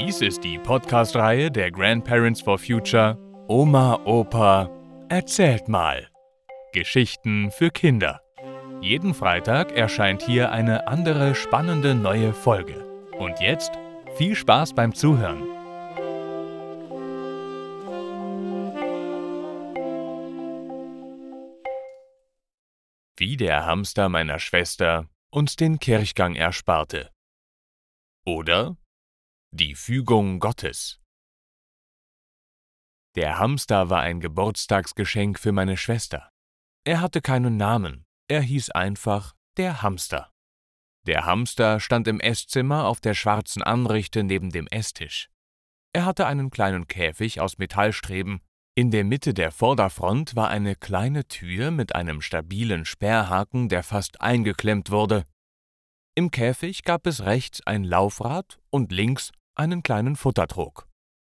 Dies ist die Podcast-Reihe der Grandparents for Future Oma, Opa, erzählt mal. Geschichten für Kinder. Jeden Freitag erscheint hier eine andere spannende neue Folge. Und jetzt viel Spaß beim Zuhören. Wie der Hamster meiner Schwester uns den Kirchgang ersparte. Oder die Fügung Gottes. Der Hamster war ein Geburtstagsgeschenk für meine Schwester. Er hatte keinen Namen, er hieß einfach der Hamster. Der Hamster stand im Esszimmer auf der schwarzen Anrichte neben dem Esstisch. Er hatte einen kleinen Käfig aus Metallstreben. In der Mitte der Vorderfront war eine kleine Tür mit einem stabilen Sperrhaken, der fast eingeklemmt wurde. Im Käfig gab es rechts ein Laufrad und links einen kleinen Futtertrog.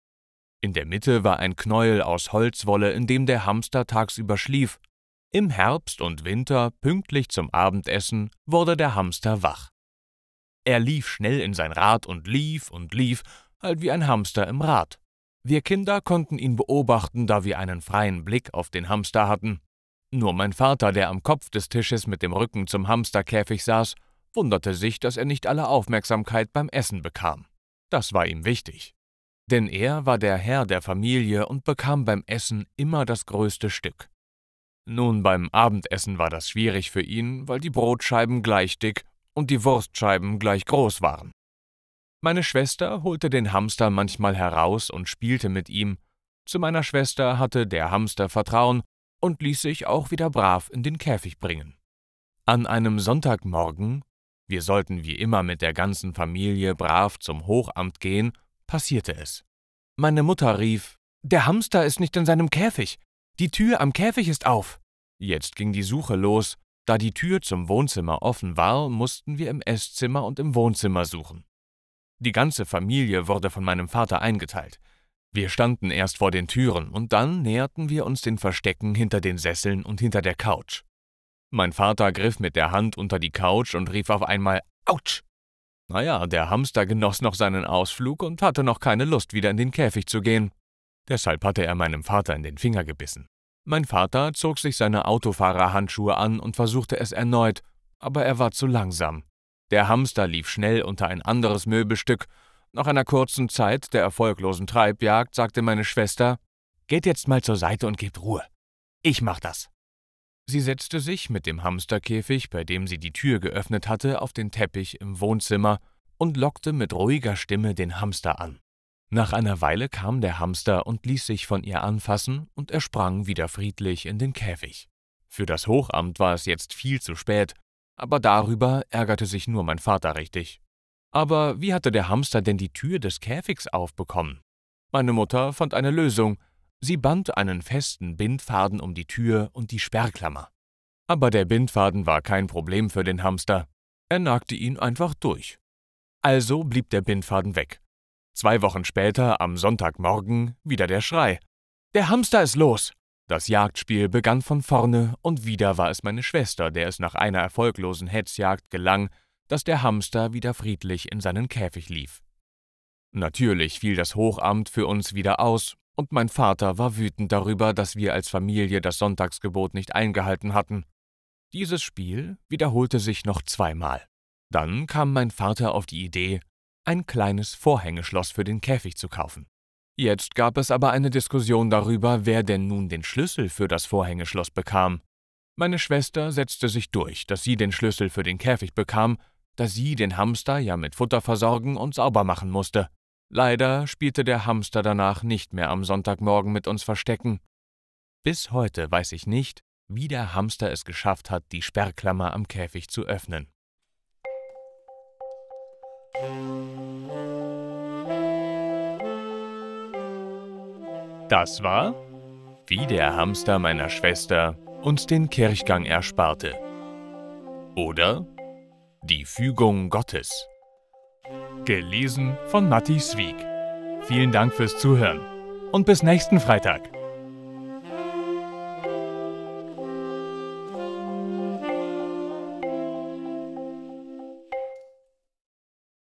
In der Mitte war ein Knäuel aus Holzwolle, in dem der Hamster tagsüber schlief. Im Herbst und Winter, pünktlich zum Abendessen, wurde der Hamster wach. Er lief schnell in sein Rad und lief, halt wie ein Hamster im Rad. Wir Kinder konnten ihn beobachten, da wir einen freien Blick auf den Hamster hatten. Nur mein Vater, der am Kopf des Tisches mit dem Rücken zum Hamsterkäfig saß, wunderte sich, dass er nicht alle Aufmerksamkeit beim Essen bekam. Das war ihm wichtig. Denn er war der Herr der Familie und bekam beim Essen immer das größte Stück. Nun, beim Abendessen war das schwierig für ihn, weil die Brotscheiben gleich dick und die Wurstscheiben gleich groß waren. Meine Schwester holte den Hamster manchmal heraus und spielte mit ihm. Zu meiner Schwester hatte der Hamster Vertrauen und ließ sich auch wieder brav in den Käfig bringen. An einem Sonntagmorgen, wir sollten wie immer mit der ganzen Familie brav zum Hochamt gehen, passierte es. Meine Mutter rief: »Der Hamster ist nicht in seinem Käfig. Die Tür am Käfig ist auf.« Jetzt ging die Suche los. Da die Tür zum Wohnzimmer offen war, mussten wir im Esszimmer und im Wohnzimmer suchen. Die ganze Familie wurde von meinem Vater eingeteilt. Wir standen erst vor den Türen und dann näherten wir uns den Verstecken hinter den Sesseln und hinter der Couch. Mein Vater griff mit der Hand unter die Couch und rief auf einmal: »Autsch!« Naja, der Hamster genoss noch seinen Ausflug und hatte noch keine Lust, wieder in den Käfig zu gehen. Deshalb hatte er meinem Vater in den Finger gebissen. Mein Vater zog sich seine Autofahrerhandschuhe an und versuchte es erneut, aber er war zu langsam. Der Hamster lief schnell unter ein anderes Möbelstück. Nach einer kurzen Zeit der erfolglosen Treibjagd sagte meine Schwester: »Geht jetzt mal zur Seite und gebt Ruhe. Ich mach das.« Sie setzte sich mit dem Hamsterkäfig, bei dem sie die Tür geöffnet hatte, auf den Teppich im Wohnzimmer und lockte mit ruhiger Stimme den Hamster an. Nach einer Weile kam der Hamster und ließ sich von ihr anfassen und er sprang wieder friedlich in den Käfig. Für das Hochamt war es jetzt viel zu spät, aber darüber ärgerte sich nur mein Vater richtig. Aber wie hatte der Hamster denn die Tür des Käfigs aufbekommen? Meine Mutter fand eine Lösung. Sie band einen festen Bindfaden um die Tür und die Sperrklammer. Aber der Bindfaden war kein Problem für den Hamster. Er nagte ihn einfach durch. Also blieb der Bindfaden weg. 2 Wochen später, am Sonntagmorgen, wieder der Schrei: »Der Hamster ist los!« Das Jagdspiel begann von vorne und wieder war es meine Schwester, der es nach einer erfolglosen Hetzjagd gelang, dass der Hamster wieder friedlich in seinen Käfig lief. Natürlich fiel das Hochamt für uns wieder aus und mein Vater war wütend darüber, dass wir als Familie das Sonntagsgebot nicht eingehalten hatten. Dieses Spiel wiederholte sich noch 2-mal. Dann kam mein Vater auf die Idee, ein kleines Vorhängeschloss für den Käfig zu kaufen. Jetzt gab es aber eine Diskussion darüber, wer denn nun den Schlüssel für das Vorhängeschloss bekam. Meine Schwester setzte sich durch, dass sie den Schlüssel für den Käfig bekam, da sie den Hamster ja mit Futter versorgen und sauber machen musste. Leider spielte der Hamster danach nicht mehr am Sonntagmorgen mit uns Verstecken. Bis heute weiß ich nicht, wie der Hamster es geschafft hat, die Sperrklammer am Käfig zu öffnen. Das war Wie der Hamster meiner Schwester uns den Kirchgang ersparte. Oder Die Fügung Gottes. Gelesen von Matti Swieg. Vielen Dank fürs Zuhören und bis nächsten Freitag.